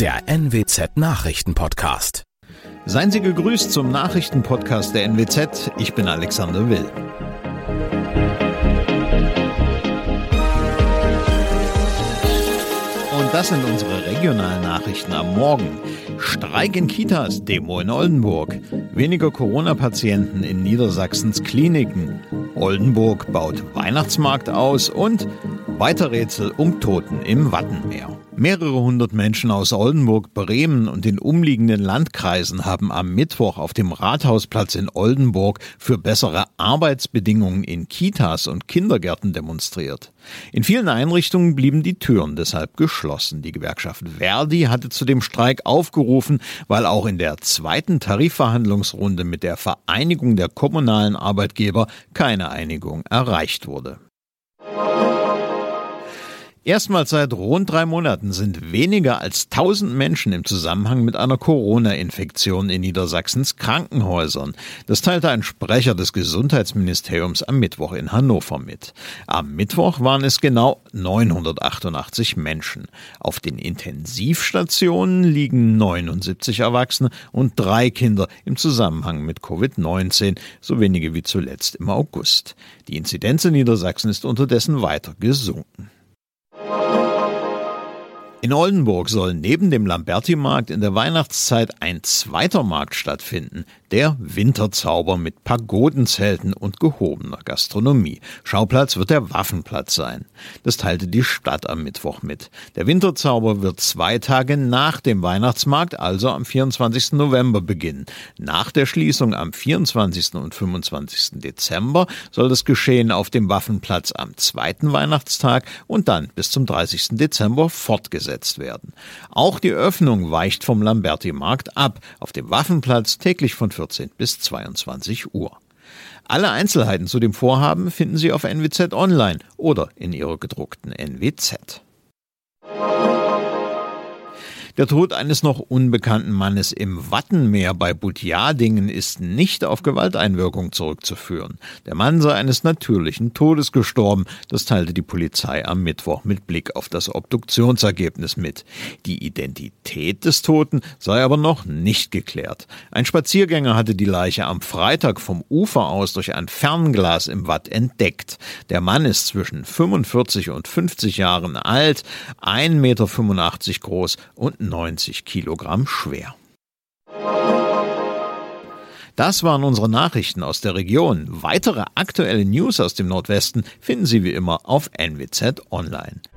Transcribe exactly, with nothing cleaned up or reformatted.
der N W Z-Nachrichten-Podcast. Seien Sie gegrüßt zum Nachrichtenpodcast der N W Z. Ich bin Alexander Will. Und das sind unsere regionalen Nachrichten am Morgen. Streik in Kitas, Demo in Oldenburg. Weniger Corona-Patienten in Niedersachsens Kliniken. Oldenburg baut Weihnachtsmarkt aus und Weiterrätsel um Toten im Wattenmeer. Mehrere hundert Menschen aus Oldenburg, Bremen und den umliegenden Landkreisen haben am Mittwoch auf dem Rathausplatz in Oldenburg für bessere Arbeitsbedingungen in Kitas und Kindergärten demonstriert. In vielen Einrichtungen blieben die Türen deshalb geschlossen. Die Gewerkschaft Verdi hatte zu dem Streik aufgerufen, weil auch in der zweiten Tarifverhandlungsrunde mit der Vereinigung der kommunalen Arbeitgeber keine Einigung erreicht wurde. Erstmals seit rund drei Monaten sind weniger als tausend Menschen im Zusammenhang mit einer Corona-Infektion in Niedersachsens Krankenhäusern. Das teilte ein Sprecher des Gesundheitsministeriums am Mittwoch in Hannover mit. Am Mittwoch waren es genau neunhundertachtundachtzig Menschen. Auf den Intensivstationen liegen neunundsiebzig Erwachsene und drei Kinder im Zusammenhang mit Covid neunzehn, so wenige wie zuletzt im August. Die Inzidenz in Niedersachsen ist unterdessen weiter gesunken. In Oldenburg soll neben dem Lamberti-Markt in der Weihnachtszeit ein zweiter Markt stattfinden, der Winterzauber mit Pagodenzelten und gehobener Gastronomie. Schauplatz wird der Waffenplatz sein. Das teilte die Stadt am Mittwoch mit. Der Winterzauber wird zwei Tage nach dem Weihnachtsmarkt, also am vierundzwanzigsten November, beginnen. Nach der Schließung am vierundzwanzigsten und fünfundzwanzigsten Dezember soll das Geschehen auf dem Waffenplatz am zweiten Weihnachtstag und dann bis zum dreißigsten Dezember fortgesetzt werden. Auch die Öffnung weicht vom Lamberti-Markt ab, auf dem Waffenplatz täglich von vierzehn bis zweiundzwanzig Uhr. Alle Einzelheiten zu dem Vorhaben finden Sie auf N W Z Online oder in Ihrer gedruckten N W Z. Der Tod eines noch unbekannten Mannes im Wattenmeer bei Butjadingen ist nicht auf Gewalteinwirkung zurückzuführen. Der Mann sei eines natürlichen Todes gestorben, das teilte die Polizei am Mittwoch mit Blick auf das Obduktionsergebnis mit. Die Identität des Toten sei aber noch nicht geklärt. Ein Spaziergänger hatte die Leiche am Freitag vom Ufer aus durch ein Fernglas im Watt entdeckt. Der Mann ist zwischen fünfundvierzig und fünfzig Jahren alt, ein Meter fünfundachtzig groß und neunzig Kilogramm schwer. Das waren unsere Nachrichten aus der Region. Weitere aktuelle News aus dem Nordwesten finden Sie wie immer auf N W Z Online.